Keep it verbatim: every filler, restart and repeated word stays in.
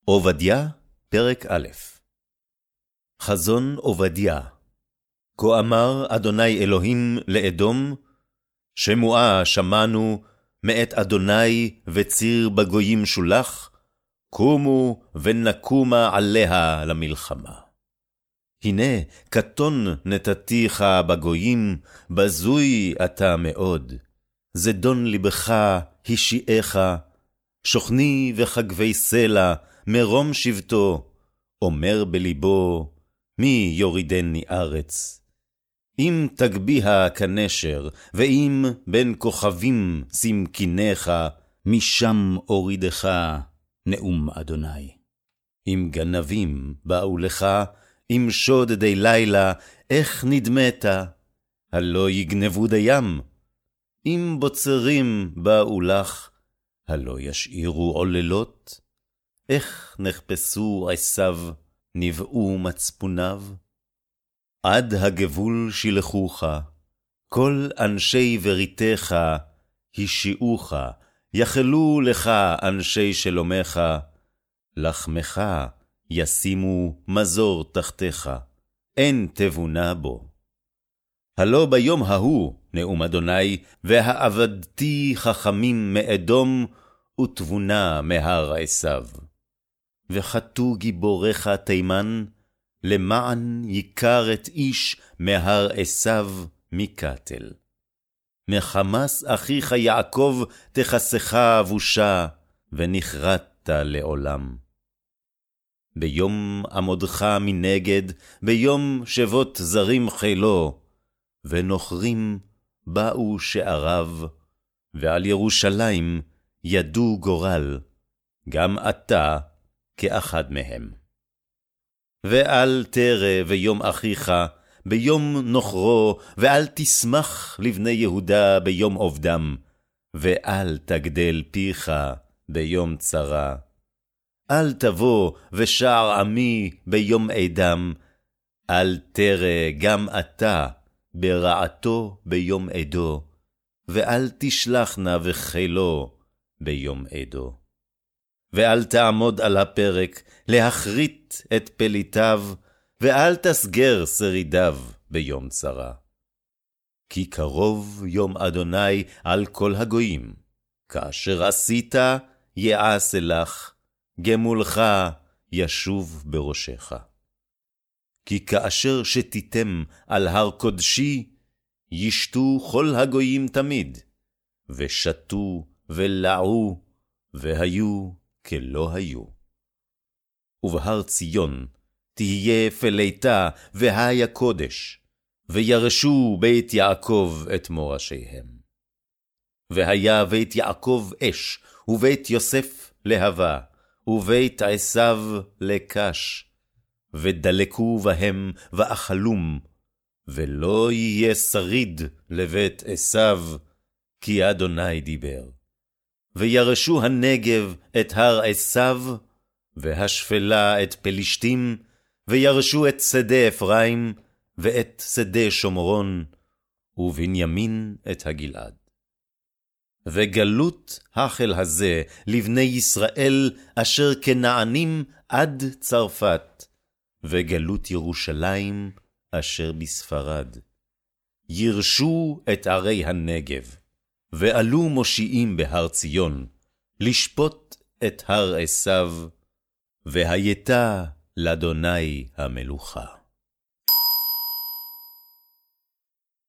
עובדיה, פרק א'. חזון עובדיה. כה אמר אדוני אלוהים לאדום, שמועה שמענו מאת אדוני וציר בגויים שולח, קומו ונקומה עליה למלחמה. הנה קטון נתתיך בגויים, בזוי אתה מאוד. זדון לבך השיעך, שוכני וחגבי סלע, מרום שבטו, אומר בליבו, מי יורידני ארץ? אם תגביה כנשר, ואם בין כוכבים סמכינך, משם אורידך, נאום אדוני. אם גנבים באו לך, אם שוד די לילה, איך נדמת? הלא יגנבו דיים. אם בוצרים באו לך, הלא ישאירו עוללות? איך נחפשו עשיו, נבעו מצפוניו? עד הגבול שילחוך, כל אנשי וריתך השיעוך, יחלו לך אנשי שלומך, לחמך ישימו מזור תחתיך, אין תבונה בו. הלא ביום ההוא, נאום אדוני, והעבדתי חכמים מאדום, ותבונה מהר עשיו. וחתו גיבוריך תימן, למען יקר את איש מהר עשיו מקטל. מחמס אחיך יעקב תחסך בושה, ונכרת לעולם. ביום עמודך מנגד, ביום שבות זרים חילו, ונוכרים באו שעריו, ועל ירושלים ידו גורל, גם אתה כאחד מהם. ואל תרא ביום אחיך, ביום נוכרו, ואל תשמח לבני יהודה ביום עובדם, ואל תגדל פיך ביום צרה. אל תבוא ושער עמי ביום עדם, אל תרא גם אתה ברעתו ביום עדו, ואל תשלחנה וחילו ביום עדו. ואל תעמוד על הפרק להחריט את פליטיו, ואל תסגר שרידיו ביום צרה. כי קרוב יום אדוני על כל הגויים, כאשר עשית יעשה לך, גמולך ישוב בראשך. כי כאשר שתיתם על הר קודשי, ישתו כל הגויים תמיד, ושתו ולעו, והיו כלא היו. ובהר ציון תהיה פליטה והיה קודש, וירשו בית יעקב את מורשיהם. והיה בית יעקב אש, ובית יוסף להבה, ובית עשיו לקש, ודלקו בהם ואכלום, ולא יהיה שריד לבית עשיו, כי אדוני דיבר. וירשו הנגב את הר עשיו, והשפלה את פלישתים, וירשו את שדה אפרים, ואת שדה שומרון, ובנימין את הגלעד. וגלות החל הזה לבני ישראל, אשר כנענים עד צרפת, וגלות ירושלים אשר בספרד. ירשו את ערי הנגב, ועלו מושיעים בהר ציון, לשפוט את הר עשיו, והייתה לאדוני המלוכה.